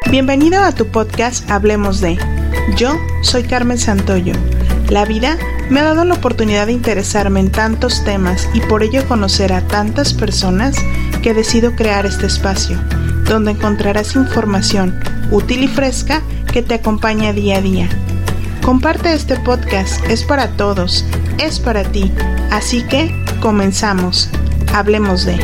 Bienvenido a tu podcast Hablemos de. Yo soy Carmen Santoyo. La vida me ha dado la oportunidad de interesarme en tantos temas y por ello conocer a tantas personas que decido crear este espacio, donde encontrarás información útil y fresca que te acompaña día a día. Comparte este podcast, es para todos, es para ti, así que comenzamos. Hablemos de.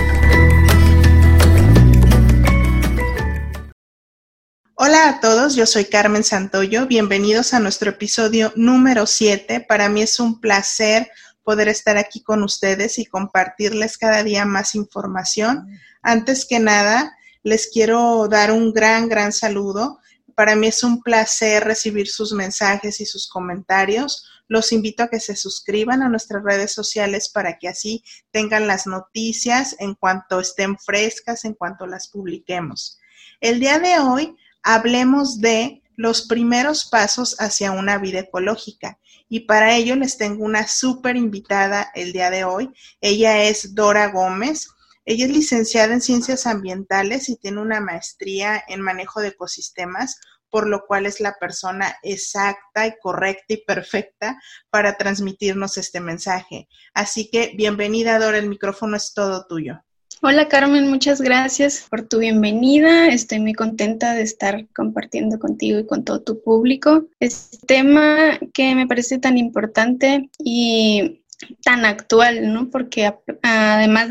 Hola a todos, yo soy Carmen Santoyo, bienvenidos a nuestro episodio número 7. Para mí es un placer poder estar aquí con ustedes y compartirles cada día más información. Antes que nada, les quiero dar un gran saludo. Para mí es un placer recibir sus mensajes y sus comentarios. Los invito a que se suscriban a nuestras redes sociales para que así tengan las noticias en cuanto estén frescas, en cuanto las publiquemos. El día de hoy hablemos de los primeros pasos hacia una vida ecológica y para ello les tengo una súper invitada el día de hoy. Ella es Dora Gómez. Ella es licenciada en Ciencias Ambientales y tiene una maestría en Manejo de Ecosistemas, por lo cual es la persona exacta y correcta y perfecta para transmitirnos este mensaje. Así que bienvenida, Dora, el micrófono es todo tuyo. Hola Carmen, muchas gracias por tu bienvenida. Estoy muy contenta de estar compartiendo contigo y con todo tu público este tema que me parece tan importante y tan actual, ¿no? Porque además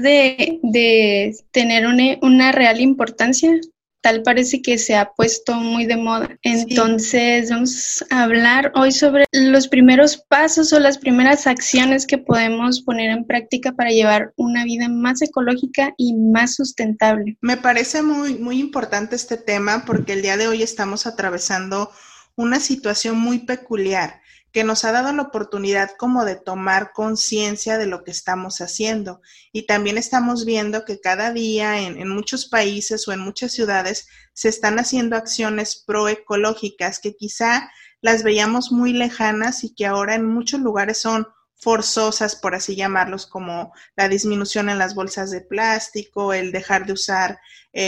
de tener una real importancia, tal parece que se ha puesto muy de moda. Entonces, vamos a hablar hoy sobre los primeros pasos o las primeras acciones que podemos poner en práctica para llevar una vida más ecológica y más sustentable. Me parece muy importante este tema porque el día de hoy estamos atravesando una situación muy peculiar que nos ha dado la oportunidad como de tomar conciencia de lo que estamos haciendo. Y también estamos viendo que cada día en muchos países o en muchas ciudades se están haciendo acciones proecológicas que quizá las veíamos muy lejanas y que ahora en muchos lugares son forzosas, por así llamarlos, como la disminución en las bolsas de plástico, el dejar de usar,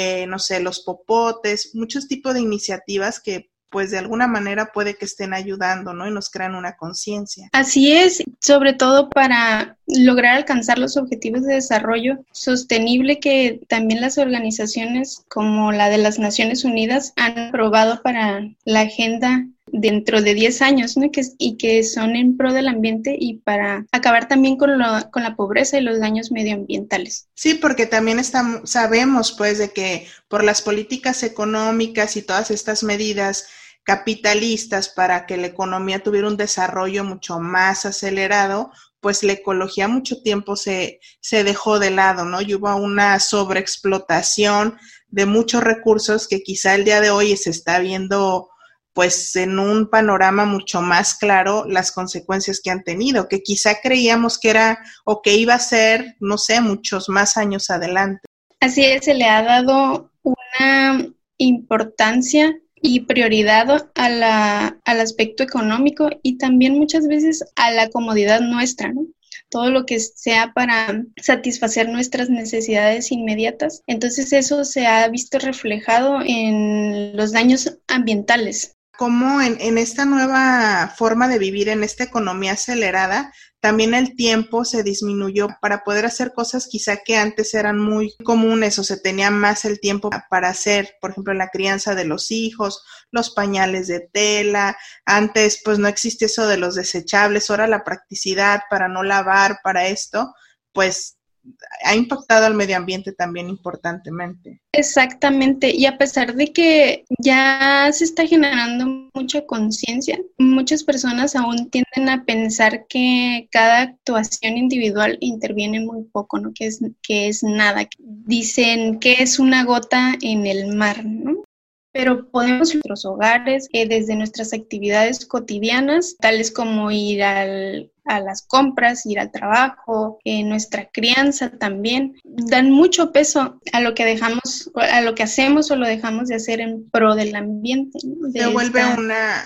los popotes, muchos tipos de iniciativas que pues de alguna manera puede que estén ayudando, ¿no? Y nos crean una conciencia. Así es, sobre todo para lograr alcanzar los objetivos de desarrollo sostenible que también las organizaciones como la de las Naciones Unidas han aprobado para la agenda dentro de 10 años, ¿no? Que son en pro del ambiente y para acabar también con la pobreza y los daños medioambientales. Sí, porque también sabemos pues de que por las políticas económicas y todas estas medidas capitalistas para que la economía tuviera un desarrollo mucho más acelerado, pues la ecología mucho tiempo se dejó de lado, ¿no? Y hubo una sobreexplotación de muchos recursos que quizá el día de hoy se está viendo pues en un panorama mucho más claro las consecuencias que han tenido, que quizá creíamos que era o que iba a ser, no sé, muchos más años adelante. Así es, se le ha dado una importancia y prioridad al aspecto económico y también muchas veces a la comodidad nuestra, ¿no? Todo lo que sea para satisfacer nuestras necesidades inmediatas. Entonces eso se ha visto reflejado en los daños ambientales. Como en esta nueva forma de vivir, en esta economía acelerada, también el tiempo se disminuyó para poder hacer cosas quizá que antes eran muy comunes o se tenía más el tiempo para hacer, por ejemplo, la crianza de los hijos, los pañales de tela. Antes pues no existe eso de los desechables, ahora la practicidad para no lavar, para esto, pues ha impactado al medio ambiente también importantemente. Exactamente, y a pesar de que ya se está generando mucha conciencia, muchas personas aún tienden a pensar que cada actuación individual interviene muy poco, ¿no? Que es nada. Dicen que es una gota en el mar, ¿no? Pero podemos en nuestros hogares, desde nuestras actividades cotidianas, tales como ir a las compras, ir al trabajo, nuestra crianza también, dan mucho peso a lo que hacemos o lo dejamos de hacer en pro del ambiente, ¿no? Se vuelve una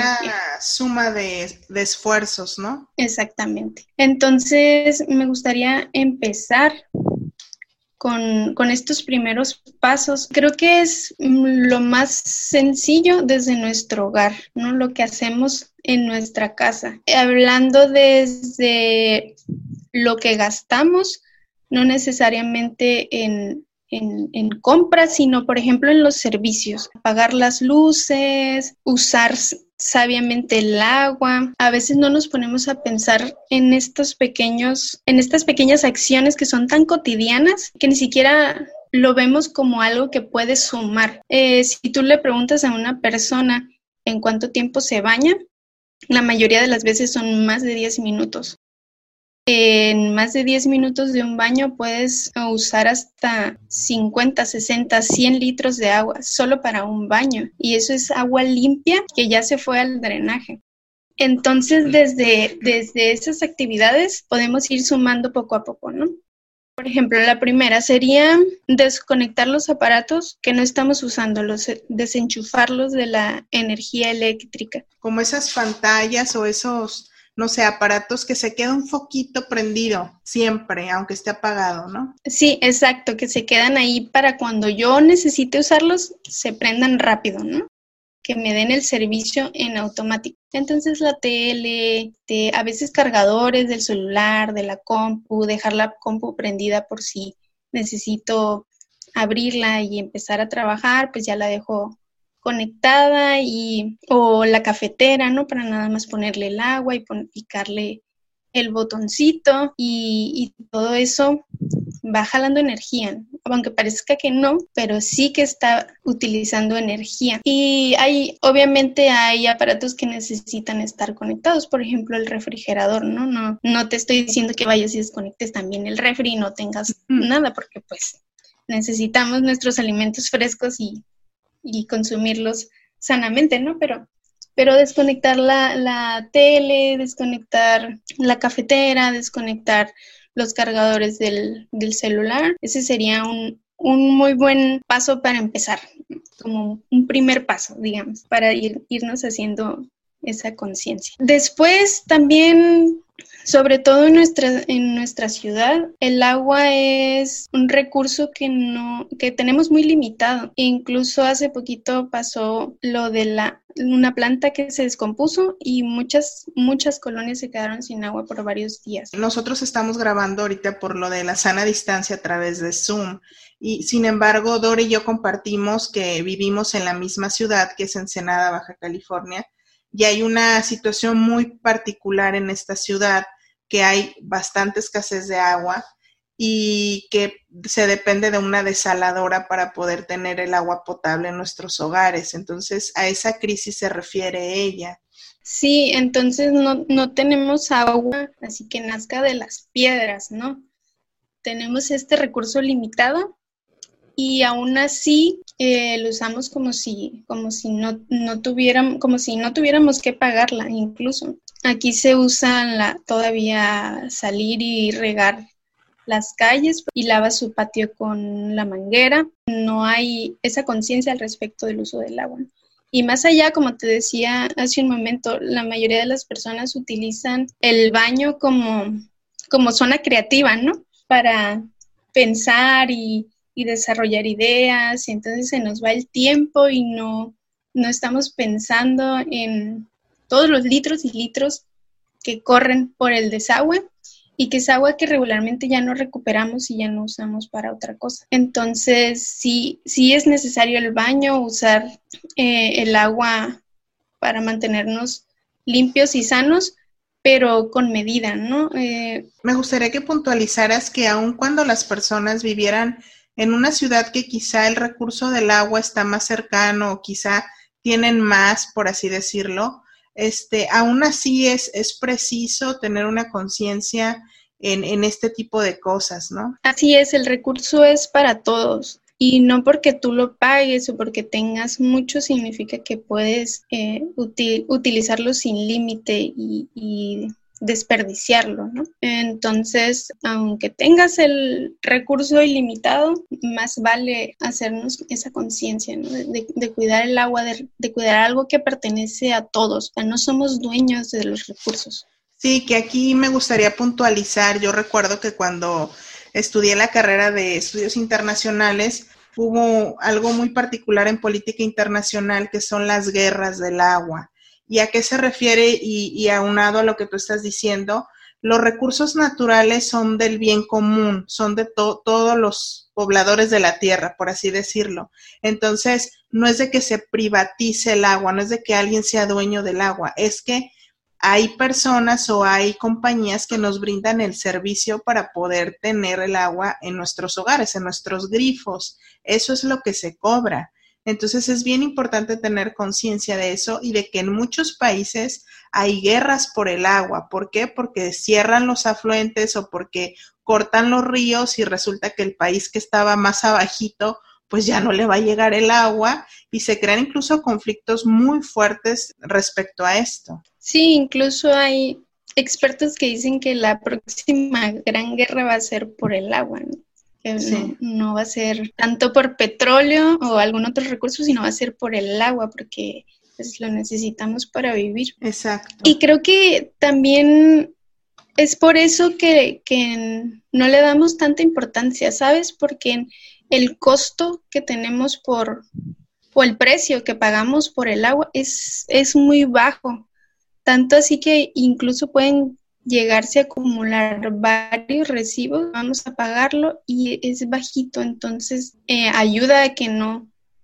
suma de esfuerzos, ¿no? Exactamente. Entonces, me gustaría empezar con estos primeros pasos. Creo que es lo más sencillo desde nuestro hogar, ¿no? Lo que hacemos en nuestra casa. Hablando desde lo que gastamos, no necesariamente en compras, sino por ejemplo en los servicios, apagar las luces, usar sabiamente el agua. A veces no nos ponemos a pensar en estas pequeñas acciones que son tan cotidianas que ni siquiera lo vemos como algo que puede sumar. Si tú le preguntas a una persona en cuánto tiempo se baña, la mayoría de las veces son más de 10 minutos. En más de 10 minutos de un baño puedes usar hasta 50, 60, 100 litros de agua solo para un baño. Y eso es agua limpia que ya se fue al drenaje. Entonces, desde esas actividades podemos ir sumando poco a poco, ¿no? Por ejemplo, la primera sería desconectar los aparatos que no estamos usando, desenchufarlos de la energía eléctrica. Como esas pantallas o esos, no sé, aparatos que se queda un foquito prendido siempre, aunque esté apagado, ¿no? Sí, exacto, que se quedan ahí para cuando yo necesite usarlos, se prendan rápido, ¿no? Que me den el servicio en automático. Entonces la tele, a veces cargadores del celular, de la compu, dejar la compu prendida por si necesito abrirla y empezar a trabajar, pues ya la dejo conectada o la cafetera, ¿no? Para nada más ponerle el agua y picarle el botoncito y todo eso va jalando energía, ¿no? Aunque parezca que no, pero sí que está utilizando energía. Y obviamente hay aparatos que necesitan estar conectados, por ejemplo el refrigerador, ¿no? No te estoy diciendo que vayas y desconectes también el refri y no tengas nada, porque pues necesitamos nuestros alimentos frescos y consumirlos sanamente, ¿no? Pero desconectar la tele, desconectar la cafetera, desconectar los cargadores del celular, ese sería un muy buen paso para empezar, como un primer paso, digamos, para irnos haciendo esa conciencia. Después también, sobre todo en nuestra ciudad, el agua es un recurso que tenemos muy limitado. Incluso hace poquito pasó lo de una planta que se descompuso y muchas colonias se quedaron sin agua por varios días. Nosotros estamos grabando ahorita por lo de la sana distancia a través de Zoom y sin embargo Dora y yo compartimos que vivimos en la misma ciudad que es Ensenada, Baja California, y hay una situación muy particular en esta ciudad, que hay bastante escasez de agua y que se depende de una desaladora para poder tener el agua potable en nuestros hogares. Entonces, a esa crisis se refiere ella. Sí, entonces no tenemos agua, así que nazca de las piedras, ¿no? Tenemos este recurso limitado y aún así lo usamos como si no tuviéramos que pagarla incluso. Aquí se usa todavía salir y regar las calles y lava su patio con la manguera. No hay esa conciencia al respecto del uso del agua. Y más allá, como te decía hace un momento, la mayoría de las personas utilizan el baño como zona creativa, ¿no? Para pensar y desarrollar ideas, y entonces se nos va el tiempo y no estamos pensando en todos los litros y litros que corren por el desagüe y que es agua que regularmente ya no recuperamos y ya no usamos para otra cosa. Entonces, sí es necesario el baño, usar el agua para mantenernos limpios y sanos, pero con medida, ¿no? Me gustaría que puntualizaras que aun cuando las personas vivieran en una ciudad que quizá el recurso del agua está más cercano o quizá tienen más, por así decirlo, aún así es preciso tener una conciencia en este tipo de cosas, ¿no? Así es, el recurso es para todos y no porque tú lo pagues o porque tengas mucho significa que puedes utilizarlo sin límite y desperdiciarlo, ¿no? Entonces, aunque tengas el recurso ilimitado, más vale hacernos esa conciencia, ¿no? De cuidar el agua, de cuidar algo que pertenece a todos. O sea, no somos dueños de los recursos. Sí, que aquí me gustaría puntualizar. Yo recuerdo que cuando estudié la carrera de estudios internacionales, hubo algo muy particular en política internacional que son las guerras del agua. ¿Y a qué se refiere? Y aunado a lo que tú estás diciendo, los recursos naturales son del bien común, son de todos los pobladores de la tierra, por así decirlo. Entonces, no es de que se privatice el agua, no es de que alguien sea dueño del agua, es que hay personas o hay compañías que nos brindan el servicio para poder tener el agua en nuestros hogares, en nuestros grifos. Eso es lo que se cobra. Entonces es bien importante tener conciencia de eso y de que en muchos países hay guerras por el agua. ¿Por qué? Porque cierran los afluentes o porque cortan los ríos y resulta que el país que estaba más abajito pues ya no le va a llegar el agua y se crean incluso conflictos muy fuertes respecto a esto. Sí, incluso hay expertos que dicen que la próxima gran guerra va a ser por el agua, ¿no? Que Sí. no va a ser tanto por petróleo o algún otro recurso, sino va a ser por el agua, porque pues, lo necesitamos para vivir. Exacto. Y creo que también es por eso que no le damos tanta importancia, ¿sabes? Porque el costo que tenemos o el precio que pagamos por el agua es muy bajo. Tanto así que incluso pueden llegarse a acumular varios recibos, vamos a pagarlo y es bajito, entonces ayuda a que no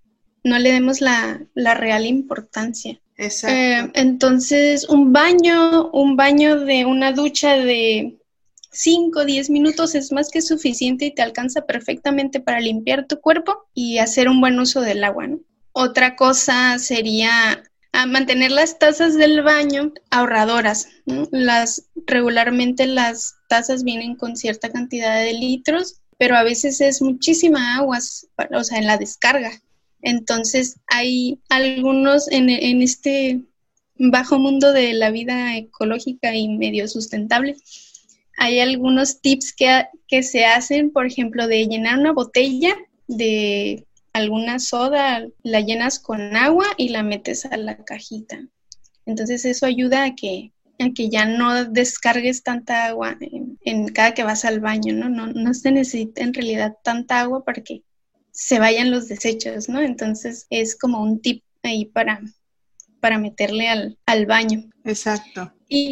le demos la real importancia. Exacto. Entonces un baño de una ducha de 5 o 10 minutos es más que suficiente y te alcanza perfectamente para limpiar tu cuerpo y hacer un buen uso del agua, ¿no? Otra cosa sería mantener las tazas del baño ahorradoras, ¿no? Regularmente las tazas vienen con cierta cantidad de litros, pero a veces es muchísima agua, o sea, en la descarga. Entonces hay algunos en este bajo mundo de la vida ecológica y medio sustentable, hay algunos tips que se hacen, por ejemplo, de llenar una botella de alguna soda, la llenas con agua y la metes a la cajita. Entonces eso ayuda a que ya no descargues tanta agua en cada que vas al baño, ¿no? No se necesita en realidad tanta agua para que se vayan los desechos, ¿no? Entonces es como un tip ahí para meterle al baño. Exacto.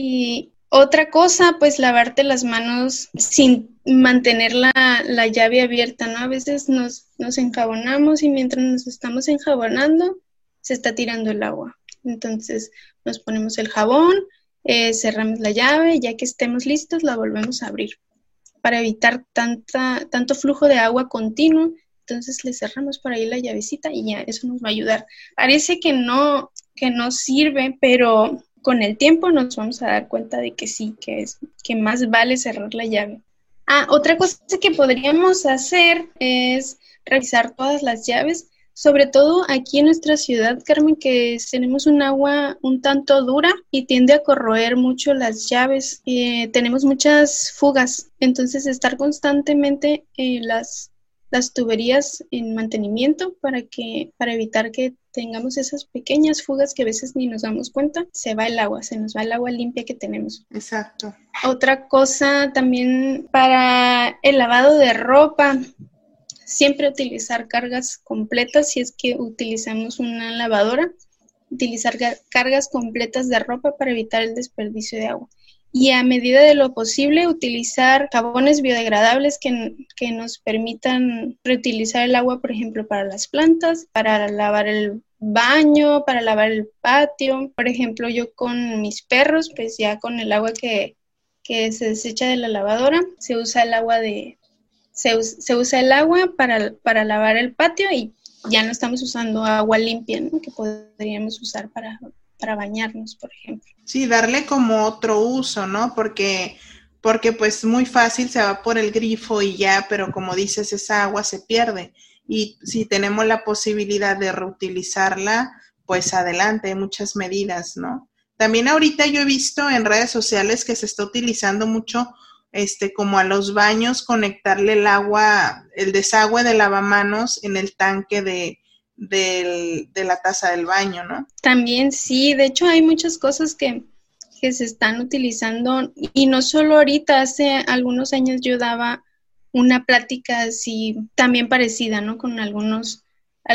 Y otra cosa, pues lavarte las manos sin mantener la llave abierta, ¿no? A veces nos enjabonamos y mientras nos estamos enjabonando se está tirando el agua. Entonces nos ponemos el jabón, cerramos la llave, ya que estemos listos la volvemos a abrir para evitar tanto flujo de agua continuo. Entonces le cerramos por ahí la llavecita y ya eso nos va a ayudar. Parece que no sirve, pero con el tiempo nos vamos a dar cuenta de que sí, que más vale cerrar la llave. Otra cosa que podríamos hacer es revisar todas las llaves, sobre todo aquí en nuestra ciudad, Carmen, que tenemos un agua un tanto dura y tiende a corroer mucho las llaves. Tenemos muchas fugas, entonces estar constantemente las tuberías en mantenimiento para evitar que tengamos esas pequeñas fugas que a veces ni nos damos cuenta, se nos va el agua limpia que tenemos. Exacto. Otra cosa también para el lavado de ropa, siempre utilizar cargas completas si es que utilizamos una lavadora, utilizar cargas completas de ropa para evitar el desperdicio de agua. Y a medida de lo posible, utilizar jabones biodegradables que nos permitan reutilizar el agua, por ejemplo, para las plantas, para lavar el baño, para lavar el patio. Por ejemplo, yo con mis perros, pues ya con el agua que se desecha de la lavadora, se usa el agua para lavar el patio y ya no estamos usando agua limpia, ¿no? Que podríamos usar para bañarnos, por ejemplo. Sí, darle como otro uso, ¿no? Porque pues muy fácil se va por el grifo y ya, pero como dices, esa agua se pierde. Y si tenemos la posibilidad de reutilizarla, pues adelante, hay muchas medidas, ¿no? También ahorita yo he visto en redes sociales que se está utilizando mucho, como a los baños, conectarle el agua, el desagüe de lavamanos en el tanque de la taza del baño, ¿no? También sí, de hecho hay muchas cosas que se están utilizando y no solo ahorita, hace algunos años yo daba una plática así también parecida, ¿no? Con algunos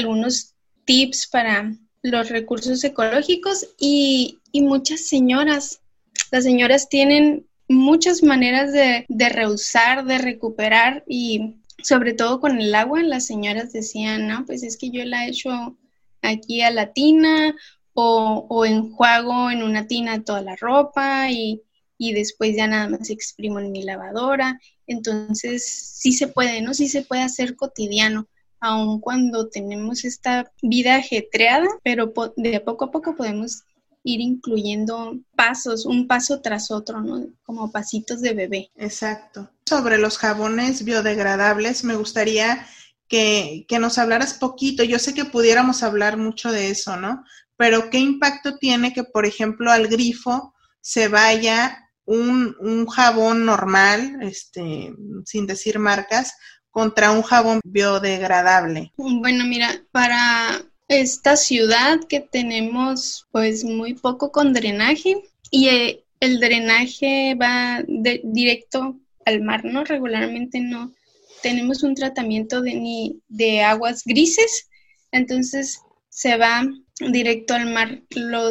tips para los recursos ecológicos y muchas señoras. Las señoras tienen muchas maneras de reusar, de recuperar y sobre todo con el agua, las señoras decían, no, pues es que yo la echo aquí a la tina o enjuago en una tina toda la ropa y después ya nada más exprimo en mi lavadora. Entonces sí se puede, ¿no? Sí se puede hacer cotidiano, aun cuando tenemos esta vida ajetreada, pero de poco a poco podemos ir incluyendo pasos, un paso tras otro, ¿no? Como pasitos de bebé. Exacto. Sobre los jabones biodegradables, me gustaría que nos hablaras poquito. Yo sé que pudiéramos hablar mucho de eso, ¿no? Pero ¿qué impacto tiene que, por ejemplo, al grifo se vaya un jabón normal, sin decir marcas, contra un jabón biodegradable? Bueno, mira, para esta ciudad que tenemos pues muy poco con drenaje y el drenaje va directo al mar, ¿no? Regularmente no tenemos un tratamiento ni de aguas grises, entonces se va directo al mar.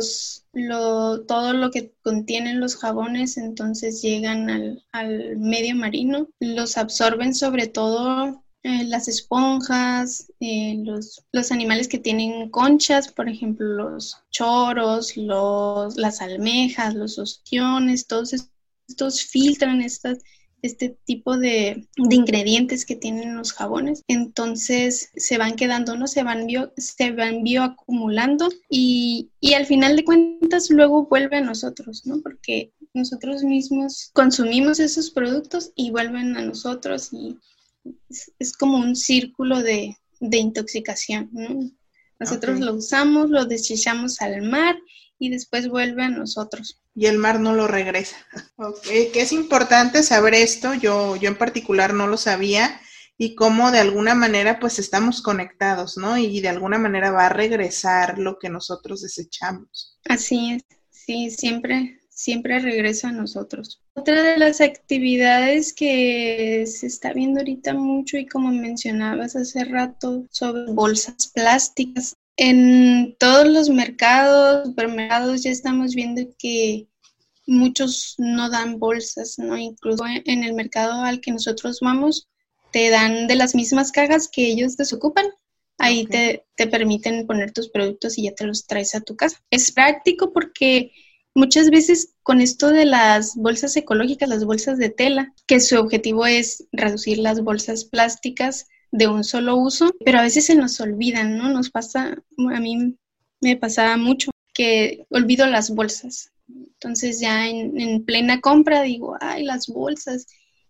Todo lo que contienen los jabones entonces llegan al medio marino, los absorben sobre todo las esponjas, los animales que tienen conchas, por ejemplo, los choros, las almejas, los ostiones, todos estos filtran este tipo de ingredientes que tienen los jabones. Entonces se van quedando, ¿no? Se van bioacumulando y al final de cuentas luego vuelve a nosotros, ¿no? Porque nosotros mismos consumimos esos productos y vuelven a nosotros y es como un círculo de intoxicación, ¿no? Nosotros lo usamos, lo desechamos al mar y después vuelve a nosotros. Y el mar no lo regresa. Okay. Que es importante saber esto, yo en particular no lo sabía, y cómo de alguna manera pues estamos conectados, ¿no? Y de alguna manera va a regresar lo que nosotros desechamos. Así es, sí, siempre regresa a nosotros. Otra de las actividades que se está viendo ahorita mucho y como mencionabas hace rato sobre bolsas plásticas. En todos los mercados, supermercados ya estamos viendo que muchos no dan bolsas, ¿no? Incluso en el mercado al que nosotros vamos te dan de las mismas cajas que ellos desocupan. Ahí te permiten poner tus productos y ya te los traes a tu casa. Es práctico porque muchas veces con esto de las bolsas ecológicas, las bolsas de tela, que su objetivo es reducir las bolsas plásticas de un solo uso, pero a veces se nos olvidan, ¿no? A mí me pasaba mucho que olvido las bolsas. Entonces ya en plena compra digo, ay, las bolsas.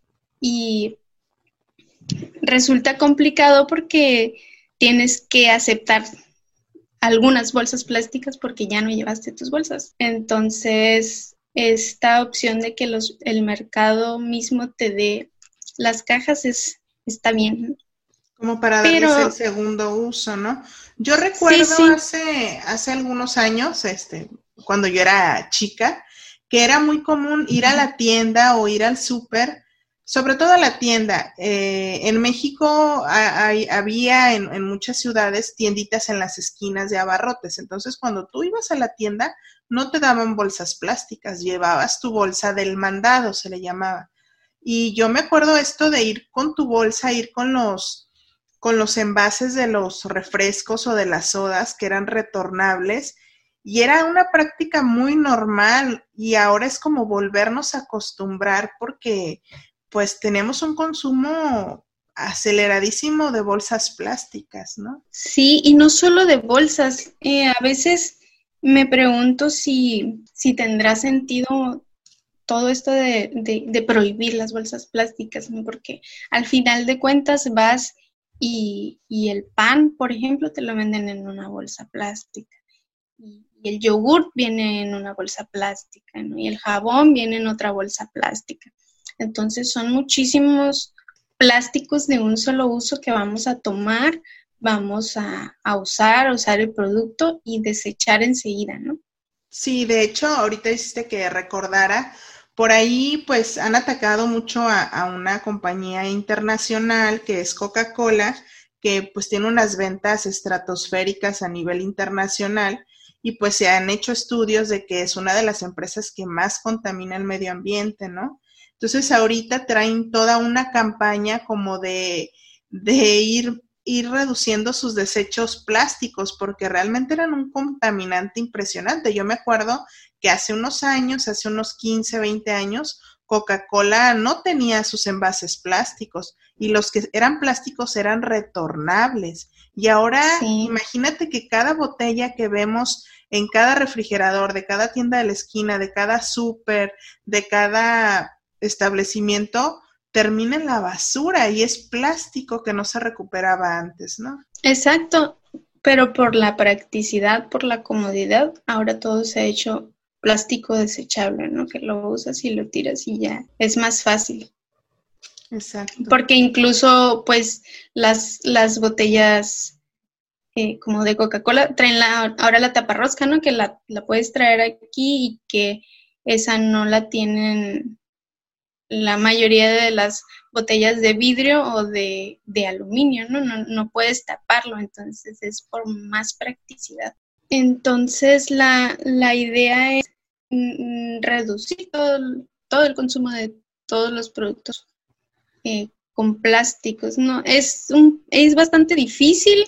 Y resulta complicado porque tienes que aceptar algunas bolsas plásticas porque ya no llevaste tus bolsas. Entonces, esta opción de que el mercado mismo te dé las cajas está bien. Como para darles el segundo uso, ¿no? Yo recuerdo hace algunos años, cuando yo era chica, que era muy común ir a la tienda o ir al súper, sobre todo a la tienda. En México había en muchas ciudades tienditas en las esquinas de abarrotes. Entonces, cuando tú ibas a la tienda, no te daban bolsas plásticas, llevabas tu bolsa del mandado, se le llamaba. Y yo me acuerdo esto de ir con tu bolsa, ir con los envases de los refrescos o de las sodas que eran retornables, y era una práctica muy normal, y ahora es como volvernos a acostumbrar porque pues tenemos un consumo aceleradísimo de bolsas plásticas, ¿no? Sí, y no solo de bolsas, a veces me pregunto si tendrá sentido todo esto de prohibir las bolsas plásticas, ¿no? Porque al final de cuentas vas y el pan, por ejemplo, te lo venden en una bolsa plástica. Y el yogur viene en una bolsa plástica, ¿no? Y el jabón viene en otra bolsa plástica. Entonces son muchísimos plásticos de un solo uso que vamos a tomar, vamos a usar el producto y desechar enseguida, ¿no? Sí, de hecho, ahorita hiciste que recordara, Por ahí pues han atacado mucho a una compañía internacional que es Coca-Cola, que pues tiene unas ventas estratosféricas a nivel internacional y pues se han hecho estudios de que es una de las empresas que más contamina el medio ambiente, ¿no? Entonces ahorita traen toda una campaña como de ir reduciendo sus desechos plásticos porque realmente eran un contaminante impresionante. Yo me acuerdo que hace unos años, hace unos 15, 20 años, Coca-Cola no tenía sus envases plásticos y los que eran plásticos eran retornables. Y ahora Sí. imagínate que cada botella que vemos en cada refrigerador, de cada tienda de la esquina, de cada súper, de cada establecimiento, termina en la basura y es plástico que no se recuperaba antes, ¿no? Exacto, pero por la practicidad, por la comodidad, ahora todo se ha hecho plástico desechable, ¿no? Que lo usas y lo tiras y ya es más fácil. Exacto. Porque incluso, pues, las botellas como de Coca-Cola traen ahora la taparrosca, ¿no? Que la puedes traer aquí y que esa no la tienen la mayoría de las botellas de vidrio o de aluminio, ¿no? No puedes taparlo, entonces es por más practicidad. Entonces la idea es reducir todo el consumo de todos los productos con plásticos, ¿no? Es bastante difícil,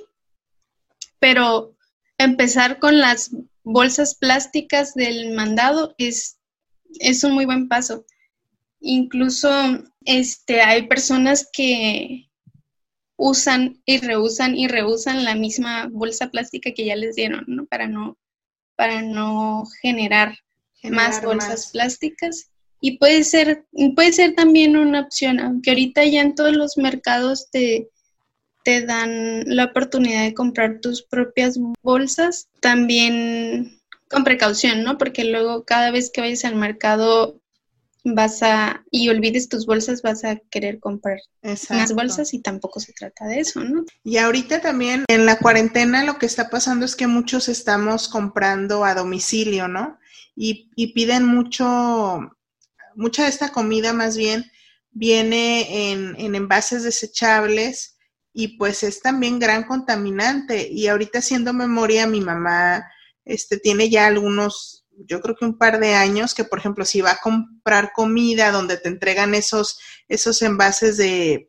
pero empezar con las bolsas plásticas del mandado es un muy buen paso. Incluso hay personas que usan y reusan la misma bolsa plástica que ya les dieron, ¿no? Para no generar más bolsas plásticas. Y puede ser también una opción, aunque ahorita ya en todos los mercados te dan la oportunidad de comprar tus propias bolsas, también con precaución, ¿no? Porque luego cada vez que vayas al mercado y olvides tus bolsas, vas a querer comprar más bolsas y tampoco se trata de eso, ¿no? Y ahorita también en la cuarentena lo que está pasando es que muchos estamos comprando a domicilio, ¿no? Y piden mucha de esta comida más bien viene en envases desechables y pues es también gran contaminante. Y ahorita haciendo memoria, mi mamá tiene ya yo creo que un par de años que, por ejemplo, si va a comprar comida donde te entregan esos envases de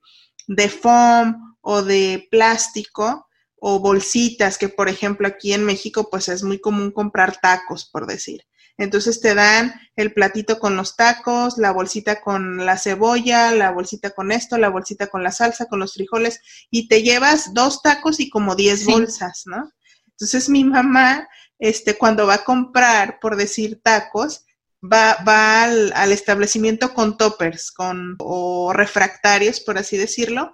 foam o de plástico o bolsitas, que por ejemplo aquí en México pues es muy común comprar tacos, por decir. Entonces te dan el platito con los tacos, la bolsita con la cebolla, la bolsita con esto, la bolsita con la salsa, con los frijoles, y te llevas 2 tacos y como 10 bolsas, ¿no? Entonces mi mamá, cuando va a comprar, por decir, tacos, va al establecimiento con toppers, o refractarios, por así decirlo,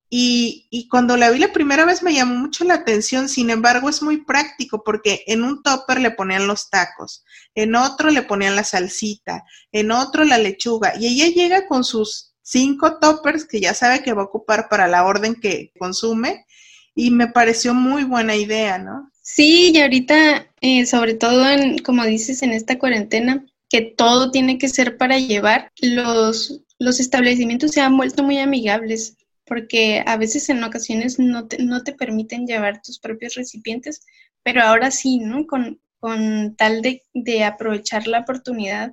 y cuando la vi la primera vez me llamó mucho la atención. Sin embargo, es muy práctico porque en un topper le ponían los tacos, en otro le ponían la salsita, en otro la lechuga, y ella llega con sus 5 toppers que ya sabe que va a ocupar para la orden que consume, y me pareció muy buena idea, ¿no? Sí, y ahorita, sobre todo como dices, en esta cuarentena, que todo tiene que ser para llevar, los establecimientos se han vuelto muy amigables, porque a veces en ocasiones no te permiten llevar tus propios recipientes, pero ahora sí, ¿no? Con tal de aprovechar la oportunidad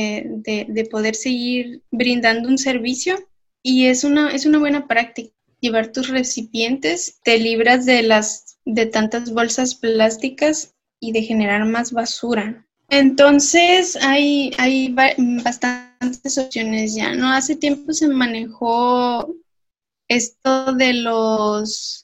de poder seguir brindando un servicio, y es una buena práctica. Llevar tus recipientes, te libras de tantas bolsas plásticas y de generar más basura. Entonces hay bastantes opciones ya, ¿no? Hace tiempo se manejó esto de los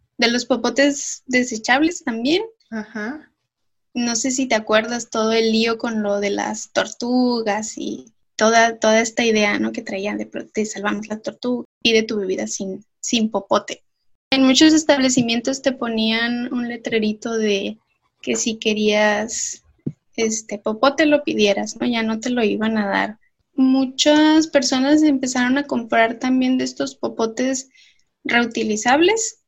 popotes desechables también. Ajá. No sé si te acuerdas todo el lío con lo de las tortugas y toda esta idea, ¿no? Que traían de salvamos la tortuga, pide tu bebida sin popote. En muchos establecimientos te ponían un letrerito de que si querías popote lo pidieras, ¿no? Ya no te lo iban a dar. Muchas personas empezaron a comprar también de estos popotes reutilizables,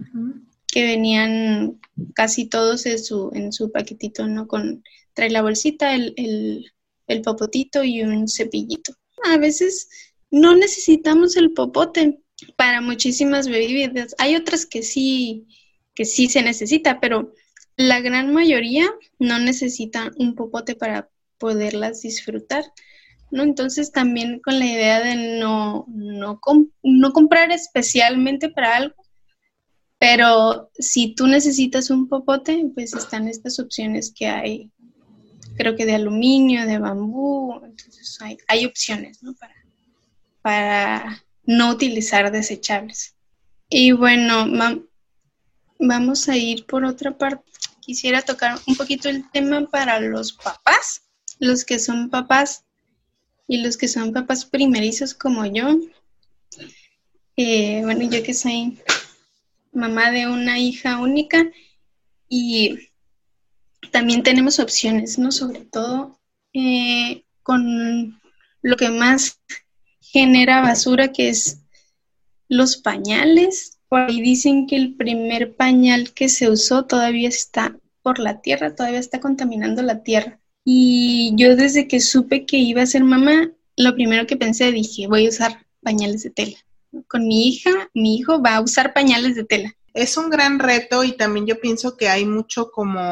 que venían casi todos en su paquetito, ¿no? Trae la bolsita, el el popotito y un cepillito. A veces no necesitamos el popote para muchísimas bebidas. Hay otras que sí se necesita, pero la gran mayoría no necesitan un popote para poderlas disfrutar, ¿no? Entonces también con la idea de no comprar especialmente para algo, pero si tú necesitas un popote, pues están estas opciones que hay, creo que de aluminio, de bambú, entonces hay opciones, ¿no? Para no utilizar desechables. Y bueno, vamos a ir por otra parte. Quisiera tocar un poquito el tema para los papás, los que son papás y los que son papás primerizos como yo. Bueno, yo que soy mamá de una hija única y también tenemos opciones, ¿no? Sobre todo con lo que más genera basura, que es los pañales. Por ahí dicen que el primer pañal que se usó todavía está por la tierra, todavía está contaminando la tierra. Y yo desde que supe que iba a ser mamá, lo primero que pensé, dije, voy a usar pañales de tela. Con mi hijo va a usar pañales de tela. Es un gran reto y también yo pienso que hay mucha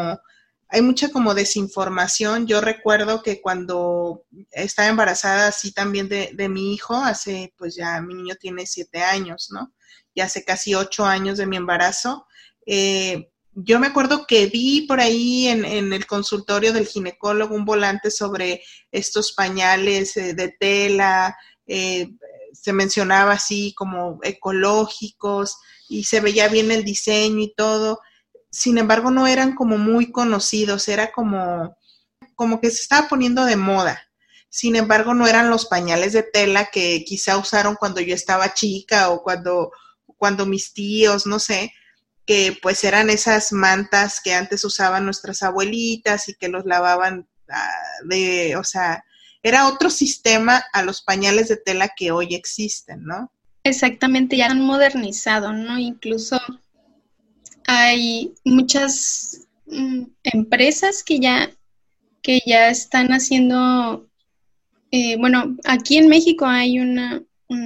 como desinformación. Yo recuerdo que cuando estaba embarazada así también de mi hijo, hace pues ya mi niño tiene 7 años, ¿no? Y hace casi 8 años de mi embarazo. Yo me acuerdo que vi por ahí en el consultorio del ginecólogo un volante sobre estos pañales de tela, se mencionaba así como ecológicos y se veía bien el diseño y todo. Sin embargo, no eran como muy conocidos, era como que se estaba poniendo de moda. Sin embargo, no eran los pañales de tela que quizá usaron cuando yo estaba chica o cuando mis tíos, no sé, que pues eran esas mantas que antes usaban nuestras abuelitas y que los lavaban o sea, era otro sistema a los pañales de tela que hoy existen, ¿no? Exactamente, ya han modernizado, ¿no? Incluso hay muchas empresas que ya están haciendo, bueno, aquí en México hay una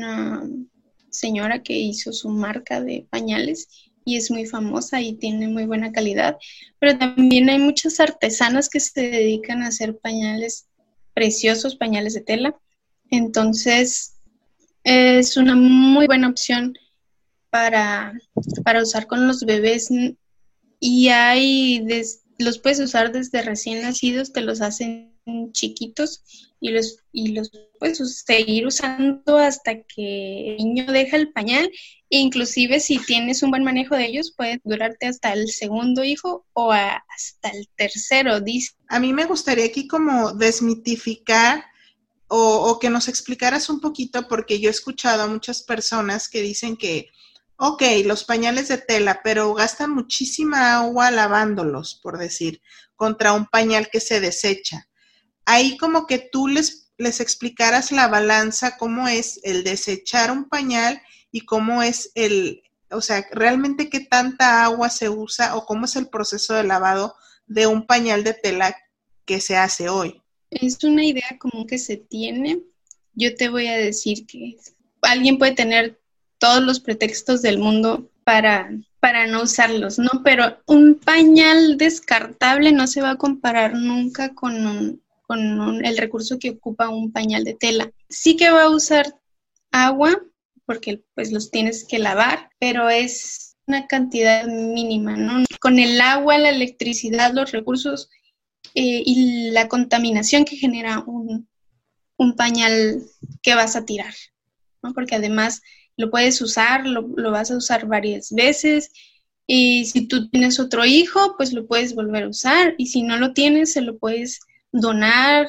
señora que hizo su marca de pañales y es muy famosa y tiene muy buena calidad, pero también hay muchas artesanas que se dedican a hacer pañales preciosos, pañales de tela. Entonces, es una muy buena opción para usar con los bebés y los puedes usar desde recién nacidos, te los hacen chiquitos y los puedes seguir usando hasta que el niño deja el pañal. E inclusive si tienes un buen manejo de ellos, puede durarte hasta el segundo hijo o hasta el tercero, dice. A mí me gustaría aquí como desmitificar o que nos explicaras un poquito, porque yo he escuchado a muchas personas que dicen que ok, los pañales de tela, pero gastan muchísima agua lavándolos, por decir, contra un pañal que se desecha. Ahí como que tú les explicaras la balanza, cómo es el desechar un pañal y cómo es o sea, realmente qué tanta agua se usa o cómo es el proceso de lavado de un pañal de tela que se hace hoy. Es una idea común que se tiene. Yo te voy a decir que alguien puede tener todos los pretextos del mundo para no usarlos, ¿no? Pero un pañal descartable no se va a comparar nunca con el recurso que ocupa un pañal de tela. Sí que va a usar agua, porque pues los tienes que lavar, pero es una cantidad mínima, ¿no? Con el agua, la electricidad, los recursos y la contaminación que genera un pañal que vas a tirar, ¿no? Porque además lo puedes usar, lo vas a usar varias veces, y si tú tienes otro hijo, pues lo puedes volver a usar, y si no lo tienes, se lo puedes donar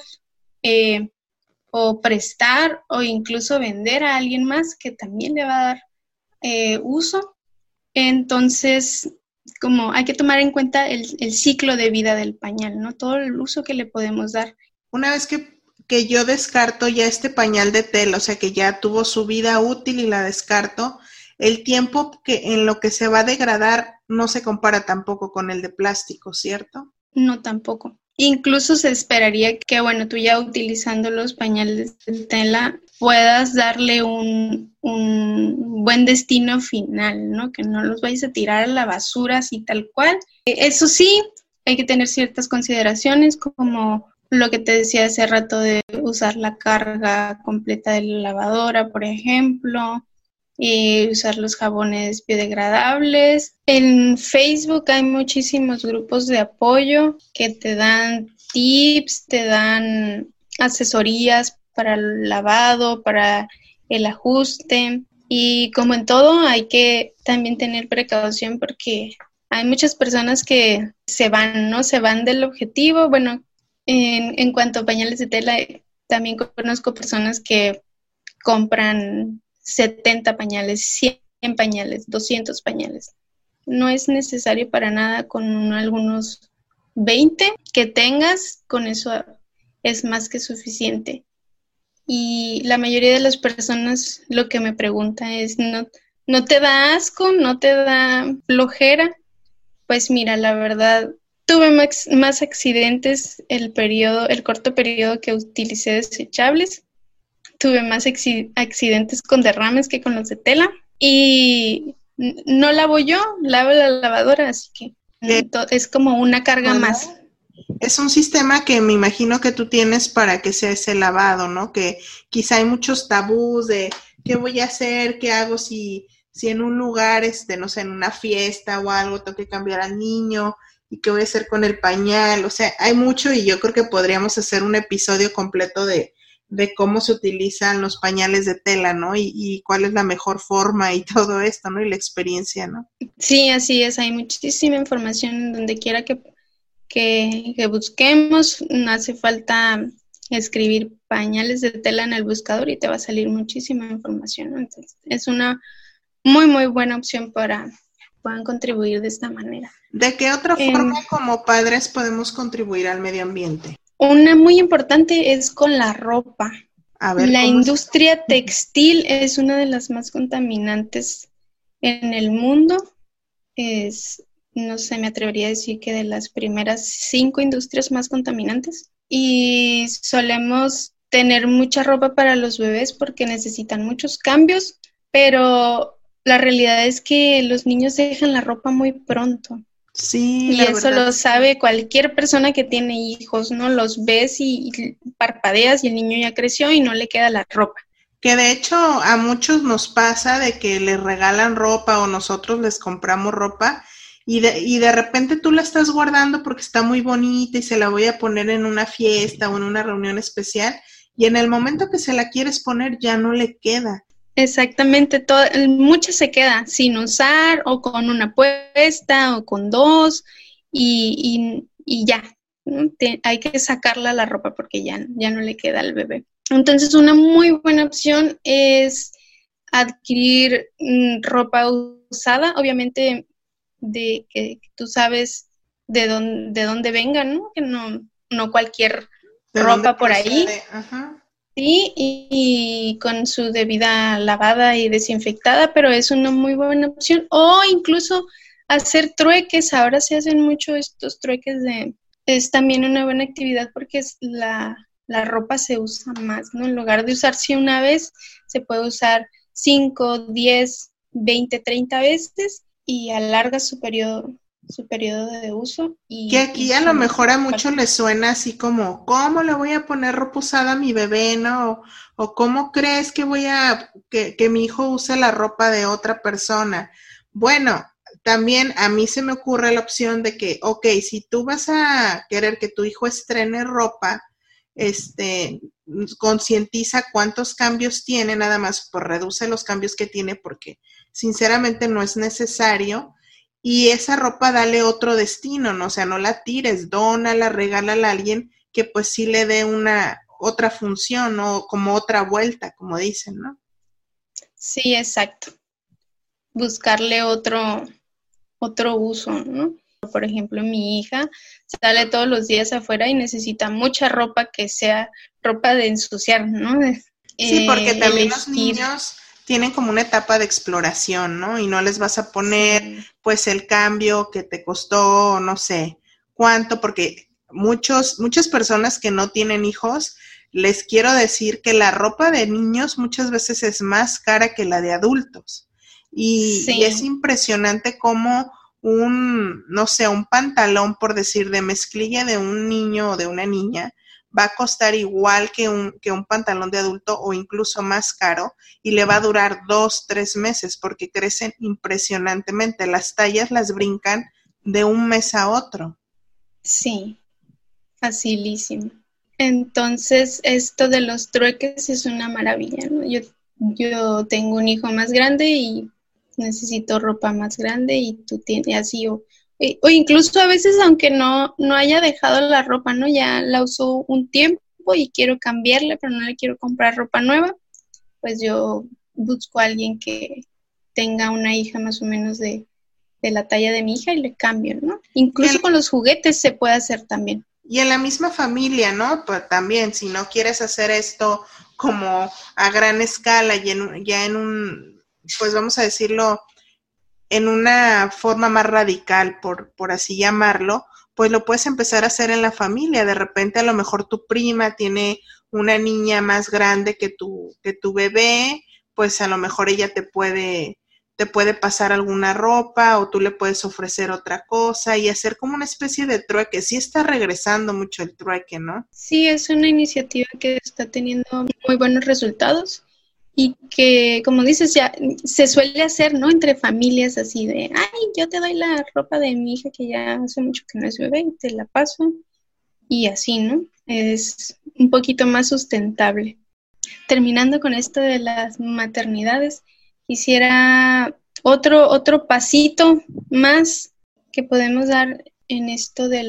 o prestar o incluso vender a alguien más que también le va a dar uso. Entonces, como hay que tomar en cuenta el ciclo de vida del pañal, ¿no? Todo el uso que le podemos dar. Una vez que yo descarto ya este pañal de tela, o sea que ya tuvo su vida útil y la descarto, el tiempo en lo que se va a degradar no se compara tampoco con el de plástico, ¿cierto? No, tampoco. Incluso se esperaría que, bueno, tú ya utilizando los pañales de tela puedas darle un buen destino final, ¿no? Que no los vayas a tirar a la basura así tal cual. Eso sí, hay que tener ciertas consideraciones como lo que te decía hace rato de usar la carga completa de la lavadora, por ejemplo, y usar los jabones biodegradables. En Facebook hay muchísimos grupos de apoyo que te dan tips, te dan asesorías para el lavado, para el ajuste. Y como en todo, hay que también tener precaución porque hay muchas personas que se van, ¿no? Se van del objetivo. Bueno, en cuanto a pañales de tela, también conozco personas que compran 70 pañales, 100 pañales, 200 pañales. No es necesario para nada, con algunos 20 que tengas, con eso es más que suficiente. Y la mayoría de las personas lo que me pregunta es, ¿no te da asco? ¿No te da flojera? Pues mira, la verdad, tuve más accidentes el corto periodo que utilicé desechables. Tuve más accidentes con derrames que con los de tela. Y no lavo yo, lavo la lavadora, así que es como una carga más. Es un sistema que me imagino que tú tienes para que sea ese lavado, ¿no? Que quizá hay muchos tabús de qué voy a hacer, qué hago si en un lugar, no sé, en una fiesta o algo, tengo que cambiar al niño y qué voy a hacer con el pañal. O sea, hay mucho y yo creo que podríamos hacer un episodio completo de cómo se utilizan los pañales de tela, ¿no? Y cuál es la mejor forma y todo esto, ¿no? Y la experiencia, ¿no? Sí, así es. Hay muchísima información donde quiera que busquemos. No hace falta escribir pañales de tela en el buscador y te va a salir muchísima información, ¿no? Entonces, es una muy, muy buena opción para que puedan contribuir de esta manera. ¿De qué otra forma como padres podemos contribuir al medio ambiente? Una muy importante es con la ropa. A ver, la industria textil es una de las más contaminantes en el mundo. No sé, me atrevería a decir que de las primeras 5 industrias más contaminantes. Y solemos tener mucha ropa para los bebés porque necesitan muchos cambios, pero la realidad es que los niños dejan la ropa muy pronto. Sí, y eso lo sabe cualquier persona que tiene hijos, ¿no? Los ves y parpadeas y el niño ya creció y no le queda la ropa. Que de hecho a muchos nos pasa de que les regalan ropa o nosotros les compramos ropa y de repente tú la estás guardando porque está muy bonita y se la voy a poner en una fiesta o en una reunión especial y en el momento que se la quieres poner ya no le queda. Exactamente, mucha se queda sin usar o con una puesta o con 2 y ya, ¿no? Hay que sacarla la ropa porque ya no le queda al bebé. Entonces una muy buena opción es adquirir ropa usada, obviamente de que tú sabes de dónde venga, ¿no? Que no cualquier ropa por ahí. Ajá. Sí, y con su debida lavada y desinfectada, pero es una muy buena opción. O incluso hacer trueques, ahora se hacen mucho estos trueques es también una buena actividad porque la ropa se usa más, ¿no? En lugar de usarse una vez, se puede usar 5, 10, 20, 30 veces y alarga su periodo de uso. Que aquí a lo mejor a muchos les suena así como, ¿cómo le voy a poner ropa usada a mi bebé, no? O ¿cómo crees que que mi hijo use la ropa de otra persona? Bueno, también a mí se me ocurre la opción de que, ok, si tú vas a querer que tu hijo estrene ropa, concientiza cuántos cambios tiene, nada más, pues reduce los cambios que tiene porque sinceramente no es necesario. Y esa ropa dale otro destino, ¿no? O sea, no la tires, dónala, regálala a alguien que pues sí le dé otra función, ¿no? Como otra vuelta, como dicen, ¿no? Sí, exacto. Buscarle otro uso, ¿no? Por ejemplo, mi hija sale todos los días afuera y necesita mucha ropa que sea ropa de ensuciar, ¿no? Sí, porque también los niños tienen como una etapa de exploración, ¿no? Y no les vas a poner, pues, el cambio que te costó, no sé, cuánto, porque muchas personas que no tienen hijos, les quiero decir que la ropa de niños muchas veces es más cara que la de adultos. Y es impresionante cómo no sé, un pantalón, por decir, de mezclilla de un niño o de una niña, va a costar igual que un pantalón de adulto o incluso más caro, y le va a durar 2-3 meses porque crecen impresionantemente. Las tallas las brincan de un mes a otro. Sí, facilísimo. Entonces, esto de los trueques es una maravilla, ¿no? Yo tengo un hijo más grande y necesito ropa más grande y tú tienes así, o incluso a veces aunque no haya dejado la ropa, ¿no? Ya la uso un tiempo y quiero cambiarla, pero no le quiero comprar ropa nueva, pues yo busco a alguien que tenga una hija más o menos de la talla de mi hija y le cambio, ¿no? Incluso con los juguetes se puede hacer también. Y en la misma familia, ¿no? Pues también, si no quieres hacer esto como a gran escala y ya en un, pues vamos a decirlo, en una forma más radical, por así llamarlo, pues lo puedes empezar a hacer en la familia. De repente a lo mejor tu prima tiene una niña más grande que tu bebé, pues a lo mejor ella te puede pasar alguna ropa o tú le puedes ofrecer otra cosa y hacer como una especie de trueque. Sí está regresando mucho el trueque, ¿no? Sí, es una iniciativa que está teniendo muy buenos resultados y que, como dices, ya se suele hacer, ¿no? Entre familias así de, ay, yo te doy la ropa de mi hija que ya hace mucho que no es bebé y te la paso y así, ¿no? Es un poquito más sustentable. Terminando con esto de las maternidades, quisiera otro pasito más que podemos dar en esto de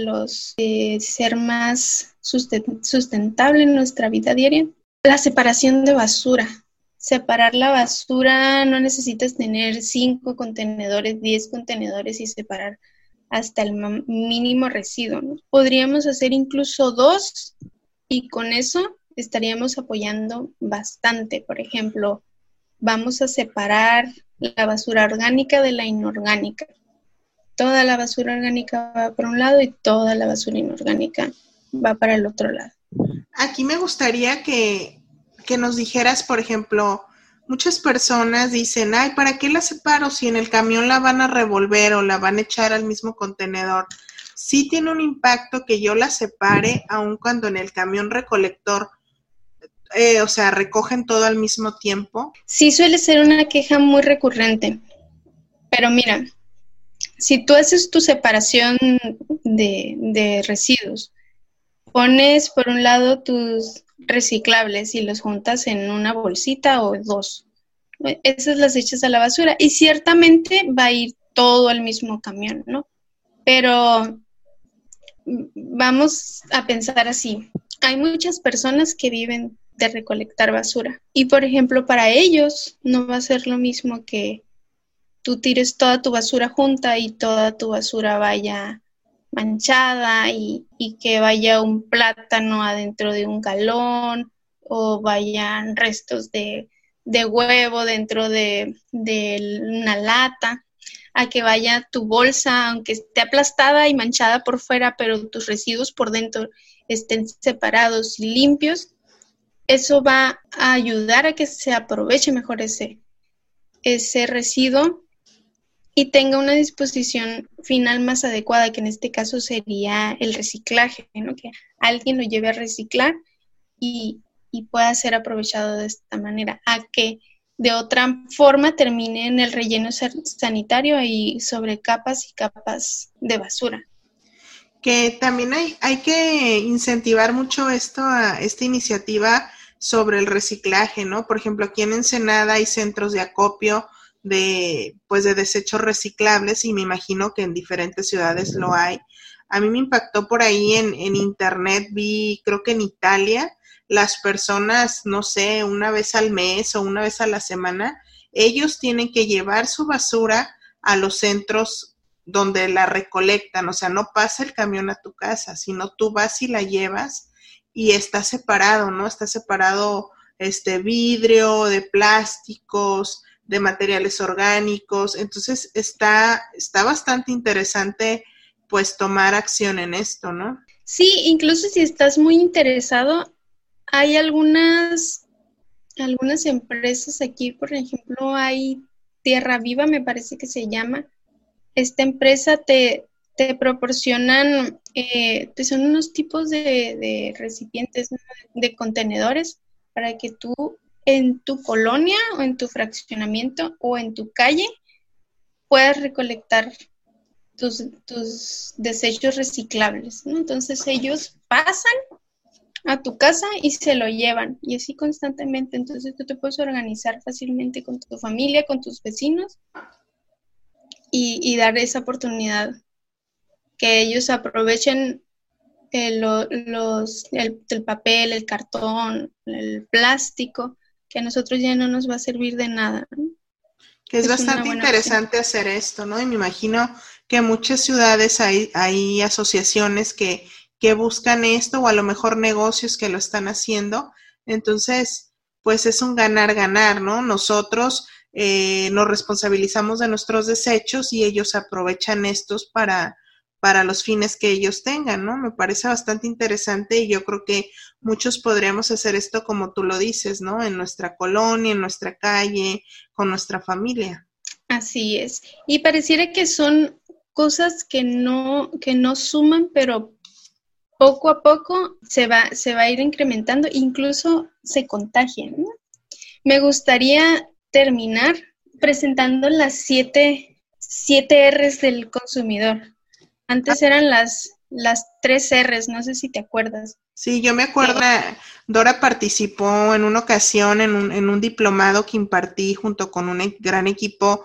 ser más sustentable en nuestra vida diaria. La separación de basura. Separar la basura, no necesitas tener 5 contenedores, 10 contenedores y separar hasta el mínimo residuo, ¿no? Podríamos hacer incluso 2 y con eso estaríamos apoyando bastante. Por ejemplo, vamos a separar la basura orgánica de la inorgánica. Toda la basura orgánica va para un lado y toda la basura inorgánica va para el otro lado. Aquí me gustaría que nos dijeras, por ejemplo, muchas personas dicen, ay, ¿para qué la separo si en el camión la van a revolver o la van a echar al mismo contenedor? Sí tiene un impacto que yo la separe, aun cuando en el camión recolector o sea, recogen todo al mismo tiempo. Sí, suele ser una queja muy recurrente, pero mira, si tú haces tu separación de residuos, pones por un lado tus reciclables y los juntas en una bolsita o 2, esas las echas a la basura y ciertamente va a ir todo al mismo camión, ¿no? Pero vamos a pensar así, hay muchas personas que viven de recolectar basura. Y por ejemplo, para ellos no va a ser lo mismo que tú tires toda tu basura junta y toda tu basura vaya manchada y que vaya un plátano adentro de un galón o vayan restos de huevo dentro de una lata, a que vaya tu bolsa, aunque esté aplastada y manchada por fuera, pero tus residuos por dentro estén separados y limpios. Eso va a ayudar a que se aproveche mejor ese residuo y tenga una disposición final más adecuada, que en este caso sería el reciclaje, ¿no? Que alguien lo lleve a reciclar y pueda ser aprovechado de esta manera, a que de otra forma termine en el relleno sanitario y sobre capas y capas de basura. Que también hay que incentivar mucho esta iniciativa sobre el reciclaje, ¿no? Por ejemplo, aquí en Ensenada hay centros de acopio de desechos reciclables y me imagino que en diferentes ciudades lo hay. A mí me impactó por ahí en internet, vi, creo que en Italia, las personas, no sé, una vez al mes o una vez a la semana, ellos tienen que llevar su basura a los centros donde la recolectan, o sea, no pasa el camión a tu casa, sino tú vas y la llevas y está separado, ¿no? Está separado vidrio, de plásticos, de materiales orgánicos, entonces está bastante interesante pues tomar acción en esto, ¿no? Sí, incluso si estás muy interesado, hay algunas empresas aquí, por ejemplo, hay Tierra Viva, me parece que se llama. Esta empresa te proporcionan, pues son unos tipos de recipientes, ¿no? De contenedores para que tú en tu colonia o en tu fraccionamiento o en tu calle puedas recolectar tus desechos reciclables, ¿no? Entonces ellos pasan a tu casa y se lo llevan, y así constantemente. Entonces tú te puedes organizar fácilmente con tu familia, con tus vecinos, y dar esa oportunidad, que ellos aprovechen el papel, el cartón, el plástico, que a nosotros ya no nos va a servir de nada, ¿no? Que es bastante interesante hacer esto, ¿no? Y me imagino que en muchas ciudades hay asociaciones que buscan esto, o a lo mejor negocios que lo están haciendo. Entonces, pues es un ganar-ganar, ¿no? Nosotros nos responsabilizamos de nuestros desechos y ellos aprovechan estos para los fines que ellos tengan, ¿no? Me parece bastante interesante, y yo creo que muchos podríamos hacer esto como tú lo dices, ¿no? En nuestra colonia, en nuestra calle, con nuestra familia. Así es. Y pareciera que son cosas que no suman, pero poco a poco se va a ir incrementando, incluso se contagian, ¿no? Me gustaría terminar presentando las siete R's del consumidor. Antes eran las 3 R's, no sé si te acuerdas. Sí, yo me acuerdo, Dora participó en una ocasión en un diplomado que impartí junto con un gran equipo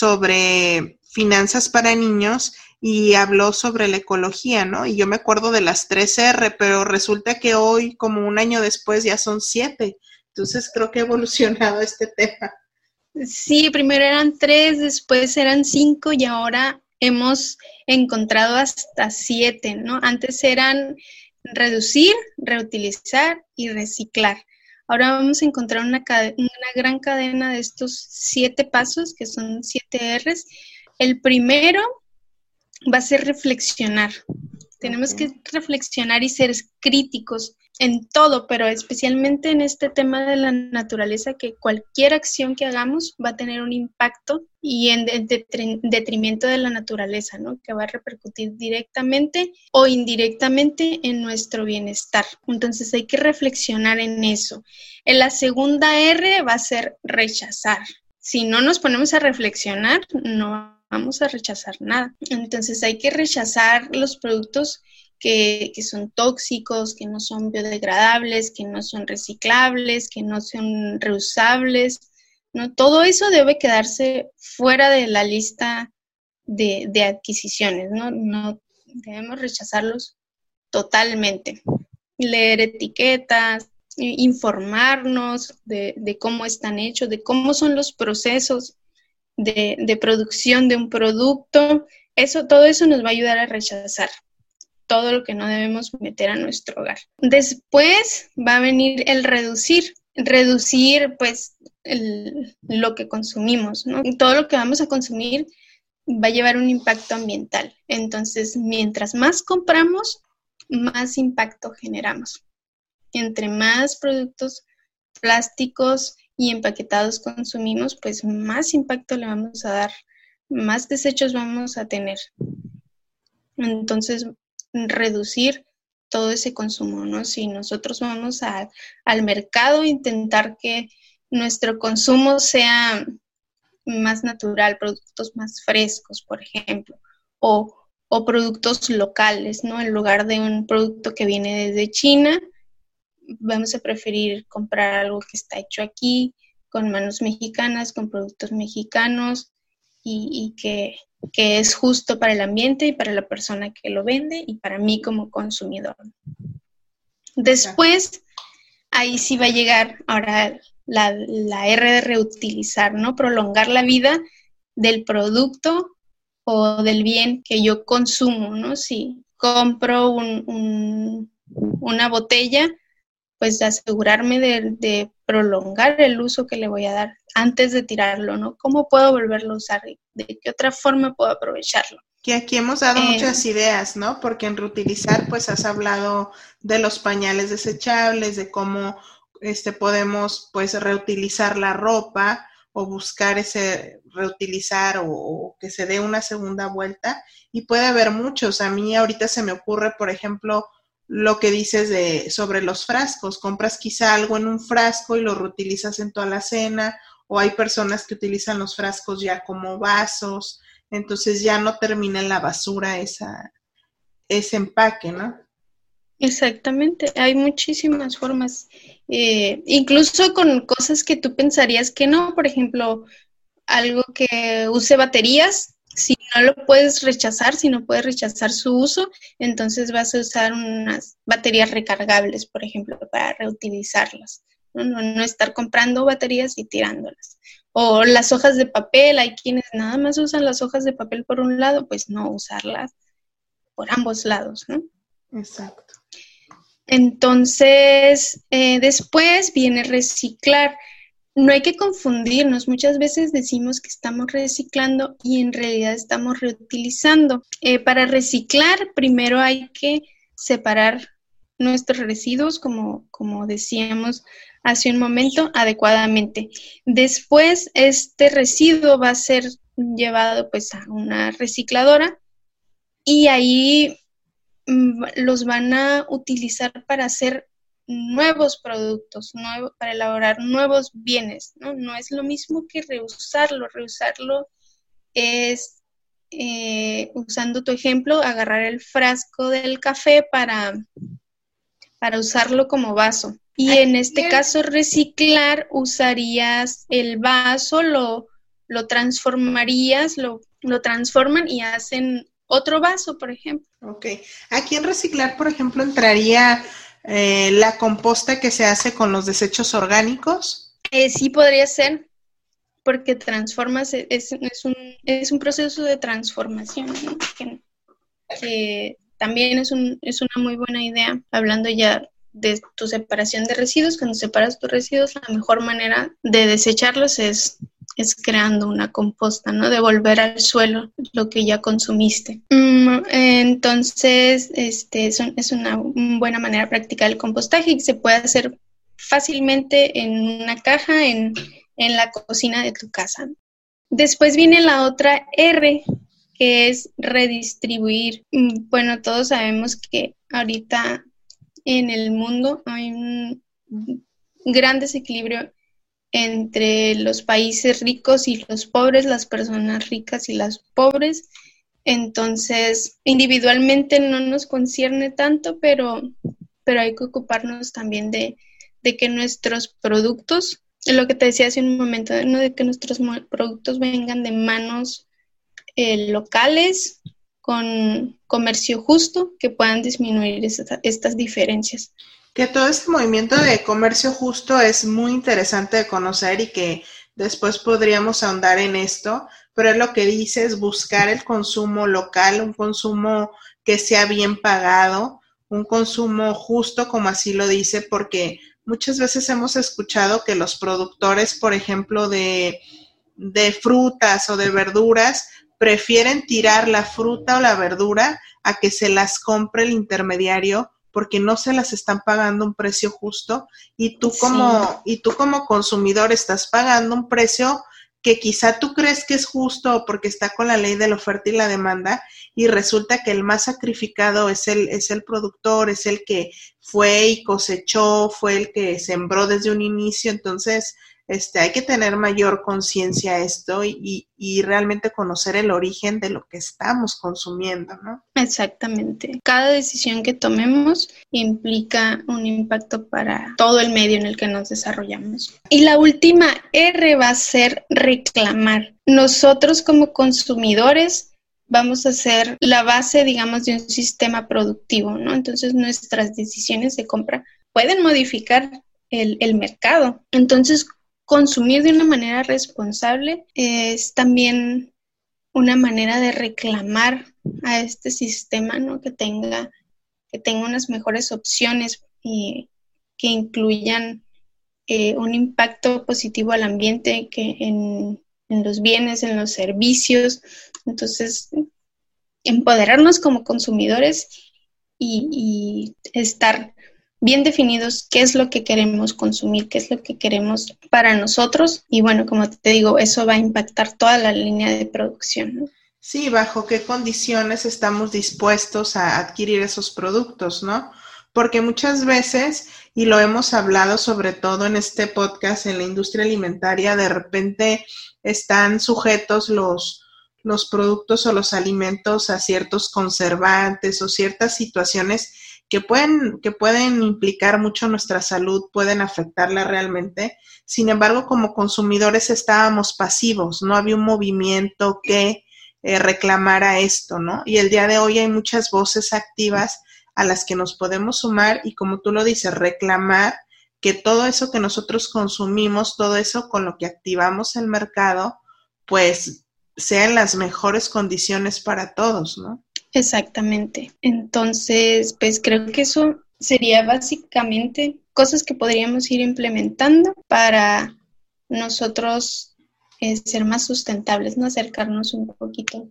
sobre finanzas para niños, y habló sobre la ecología, ¿no? Y yo me acuerdo de las 3 R, pero resulta que hoy, como un año después, ya son 7. Entonces creo que ha evolucionado este tema. Sí, primero eran 3, después eran 5 y ahora hemos encontrado hasta 7, ¿no? Antes eran reducir, reutilizar y reciclar. Ahora vamos a encontrar una gran cadena de estos 7 pasos, que son 7 R's. El primero va a ser reflexionar. Tenemos que reflexionar y ser críticos en todo, pero especialmente en este tema de la naturaleza, que cualquier acción que hagamos va a tener un impacto y en detrimento de la naturaleza, ¿no? Que va a repercutir directamente o indirectamente en nuestro bienestar. Entonces hay que reflexionar en eso. En la segunda R va a ser rechazar. Si no nos ponemos a reflexionar, no vamos a rechazar nada. Entonces hay que rechazar los productos que son tóxicos, que no son biodegradables, que no son reciclables, que no son reusables, ¿no? Todo eso debe quedarse fuera de la lista de adquisiciones, ¿no? No debemos rechazarlos totalmente. Leer etiquetas, informarnos de cómo están hechos, de cómo son los procesos de producción de un producto. Todo eso nos va a ayudar a rechazar todo lo que no debemos meter a nuestro hogar. Después va a venir el reducir, pues lo que consumimos, ¿no? Todo lo que vamos a consumir va a llevar un impacto ambiental. Entonces, mientras más compramos, más impacto generamos. Entre más productos plásticos y empaquetados consumimos, pues más impacto le vamos a dar, más desechos vamos a tener. Entonces, reducir todo ese consumo, ¿no? Si nosotros vamos al mercado a intentar que nuestro consumo sea más natural, productos más frescos, por ejemplo, o productos locales, ¿no? En lugar de un producto que viene desde China, vamos a preferir comprar algo que está hecho aquí, con manos mexicanas, con productos mexicanos, y que es justo para el ambiente y para la persona que lo vende y para mí como consumidor. Después, ahí sí va a llegar ahora la R de reutilizar, ¿no? Prolongar la vida del producto o del bien que yo consumo, ¿no? Si compro una botella, pues de asegurarme de prolongar el uso que le voy a dar antes de tirarlo, ¿no? ¿Cómo puedo volverlo a usar? ¿De qué otra forma puedo aprovecharlo? Que aquí hemos dado muchas ideas, ¿no? Porque en reutilizar, pues has hablado de los pañales desechables, de cómo podemos, pues, reutilizar la ropa o buscar ese reutilizar o que se dé una segunda vuelta. Y puede haber muchos. A mí ahorita se me ocurre, por ejemplo, lo que dices sobre los frascos. Compras quizá algo en un frasco y lo reutilizas en toda la cena, o hay personas que utilizan los frascos ya como vasos. Entonces ya no termina en la basura ese empaque, ¿no? Exactamente, hay muchísimas formas, incluso con cosas que tú pensarías que no, por ejemplo, algo que use baterías, si no lo puedes rechazar, si no puedes rechazar su uso, entonces vas a usar unas baterías recargables, por ejemplo, para reutilizarlas, no estar comprando baterías y tirándolas. O las hojas de papel, hay quienes nada más usan las hojas de papel por un lado, pues no usarlas por ambos lados, ¿no? Exacto. Entonces, después viene reciclar. No hay que confundirnos, muchas veces decimos que estamos reciclando y en realidad estamos reutilizando. Para reciclar, primero hay que separar nuestros residuos, como decíamos hace un momento, adecuadamente. Después, este residuo va a ser llevado pues a una recicladora y ahí los van a utilizar para hacer nuevos productos, para elaborar nuevos bienes, ¿no? No es lo mismo que reusarlo. Reusarlo es, usando tu ejemplo, agarrar el frasco del café para usarlo como vaso. Y en este caso, reciclar, usarías el vaso, lo transformarías, lo transforman y hacen otro vaso, por ejemplo. Ok. Aquí en reciclar, por ejemplo, entraría la composta que se hace con los desechos orgánicos. Sí podría ser, porque transformas, es un proceso de transformación, ¿no? que también es una muy buena idea, hablando ya de tu separación de residuos. Cuando separas tus residuos, la mejor manera de desecharlos es creando una composta, ¿no? Devolver al suelo lo que ya consumiste. Entonces, es una buena manera de practicar el compostaje y se puede hacer fácilmente en una caja en la cocina de tu casa. Después viene la otra R, que es redistribuir. Bueno, todos sabemos que ahorita en el mundo hay un gran desequilibrio entre los países ricos y los pobres, las personas ricas y las pobres. Entonces, individualmente no nos concierne tanto, pero hay que ocuparnos también de que nuestros productos, lo que te decía hace un momento, ¿no? De que nuestros productos vengan de manos locales, con comercio justo, que puedan disminuir estas diferencias. Que todo este movimiento de comercio justo es muy interesante de conocer y que después podríamos ahondar en esto, pero es lo que dices, buscar el consumo local, un consumo que sea bien pagado, un consumo justo, como así lo dice, porque muchas veces hemos escuchado que los productores, por ejemplo, de frutas o de verduras, prefieren tirar la fruta o la verdura a que se las compre el intermediario porque no se las están pagando un precio justo y tú como consumidor estás pagando un precio que quizá tú crees que es justo porque está con la ley de la oferta y la demanda y resulta que el más sacrificado es el productor, es el que fue y cosechó, fue el que sembró desde un inicio. Entonces hay que tener mayor conciencia a esto y realmente conocer el origen de lo que estamos consumiendo, ¿no? Exactamente. Cada decisión que tomemos implica un impacto para todo el medio en el que nos desarrollamos. Y la última R va a ser reclamar. Nosotros como consumidores vamos a ser la base, digamos, de un sistema productivo, ¿no? Entonces nuestras decisiones de compra pueden modificar el mercado. Entonces, consumir de una manera responsable es también una manera de reclamar a este sistema, ¿no? Que tenga unas mejores opciones y que incluyan un impacto positivo al ambiente, que en los bienes, en los servicios. Entonces, empoderarnos como consumidores y estar bien definidos qué es lo que queremos consumir, qué es lo que queremos para nosotros. Y bueno, como te digo, eso va a impactar toda la línea de producción, ¿no? Sí, bajo qué condiciones estamos dispuestos a adquirir esos productos, ¿no? Porque muchas veces, y lo hemos hablado sobre todo en este podcast, en la industria alimentaria, de repente están sujetos los productos o los alimentos a ciertos conservantes o ciertas situaciones que pueden implicar mucho nuestra salud, pueden afectarla realmente. Sin embargo, como consumidores estábamos pasivos, no había un movimiento que reclamara esto, ¿no? Y el día de hoy hay muchas voces activas a las que nos podemos sumar y, como tú lo dices, reclamar que todo eso que nosotros consumimos, todo eso con lo que activamos el mercado, pues sean las mejores condiciones para todos, ¿no? Exactamente. Entonces, pues creo que eso sería básicamente cosas que podríamos ir implementando para nosotros ser más sustentables, ¿no? Acercarnos un poquito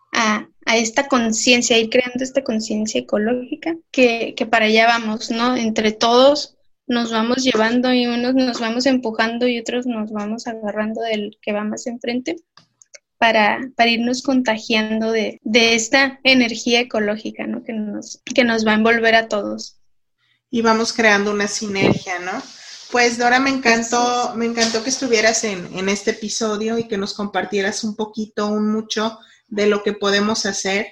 a esta conciencia, ir creando esta conciencia ecológica que para allá vamos, ¿no? Entre todos nos vamos llevando y unos nos vamos empujando y otros nos vamos agarrando del que va más enfrente para irnos contagiando de esta energía ecológica, ¿no? Que nos va a envolver a todos. Y vamos creando una sinergia, ¿no? Pues Dora, me encantó que estuvieras en este episodio y que nos compartieras un poquito, mucho de lo que podemos hacer.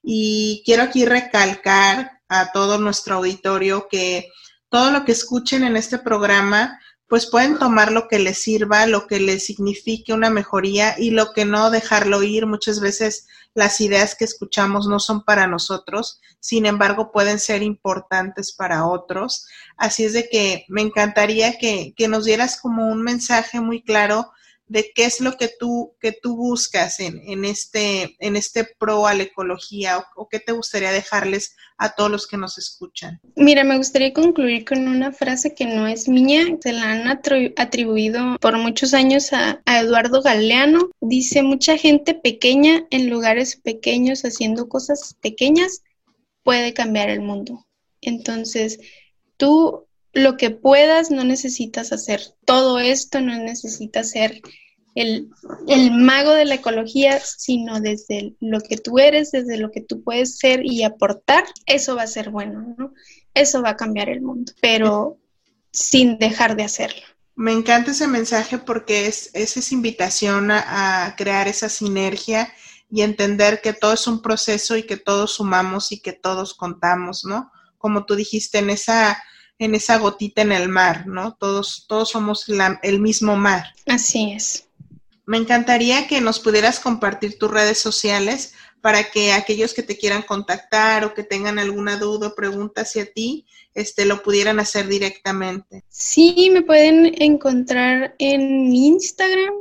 Y quiero aquí recalcar a todo nuestro auditorio que todo lo que escuchen en este programa, pues pueden tomar lo que les sirva, lo que les signifique una mejoría y lo que no, dejarlo ir. Muchas veces las ideas que escuchamos no son para nosotros, sin embargo pueden ser importantes para otros. Así es de que me encantaría que nos dieras como un mensaje muy claro de qué es lo que tú buscas en este pro a la ecología o qué te gustaría dejarles a todos los que nos escuchan. Mira, me gustaría concluir con una frase que no es mía, se la han atribuido por muchos años a Eduardo Galeano. Dice: mucha gente pequeña en lugares pequeños haciendo cosas pequeñas puede cambiar el mundo. Entonces, tú lo que puedas, no necesitas hacer todo esto, no necesitas ser el mago de la ecología, sino desde lo que tú eres, desde lo que tú puedes ser y aportar, eso va a ser bueno, ¿no? Eso va a cambiar el mundo, pero sin dejar de hacerlo. Me encanta ese mensaje porque es esa invitación a crear esa sinergia y entender que todo es un proceso y que todos sumamos y que todos contamos, ¿no? Como tú dijiste, en esa gotita en el mar, ¿no? Todos somos el mismo mar. Así es. Me encantaría que nos pudieras compartir tus redes sociales para que aquellos que te quieran contactar o que tengan alguna duda o pregunta hacia ti, lo pudieran hacer directamente. Sí, me pueden encontrar en Instagram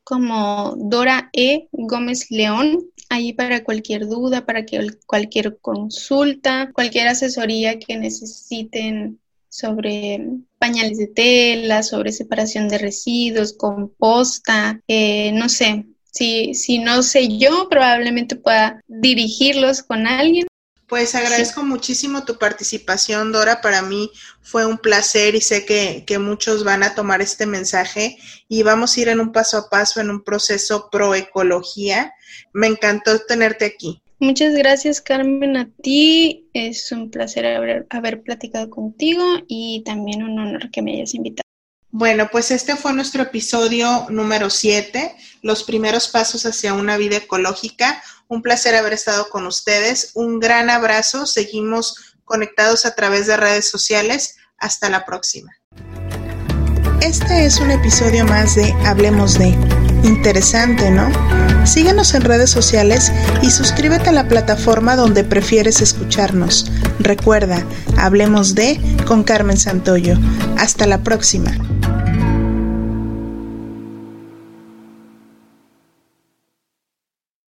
como Dora E. Gómez León. Ahí para cualquier duda, para cualquier consulta, cualquier asesoría que necesiten sobre pañales de tela, sobre separación de residuos, composta, no sé. Si no sé yo, probablemente pueda dirigirlos con alguien. Pues agradezco muchísimo tu participación, Dora. Para mí fue un placer y sé que muchos van a tomar este mensaje y vamos a ir en un paso a paso, en un proceso pro ecología. Me encantó tenerte aquí. Muchas gracias, Carmen, a ti. Es un placer haber platicado contigo y también un honor que me hayas invitado. Bueno, pues este fue nuestro episodio número 7, los primeros pasos hacia una vida ecológica. Un placer haber estado con ustedes. Un gran abrazo. Seguimos conectados a través de redes sociales. Hasta la próxima. Este es un episodio más de Hablemos de. Interesante, ¿no? Síguenos en redes sociales y suscríbete a la plataforma donde prefieres escucharnos. Recuerda, Hablemos de con Carmen Santoyo. Hasta la próxima.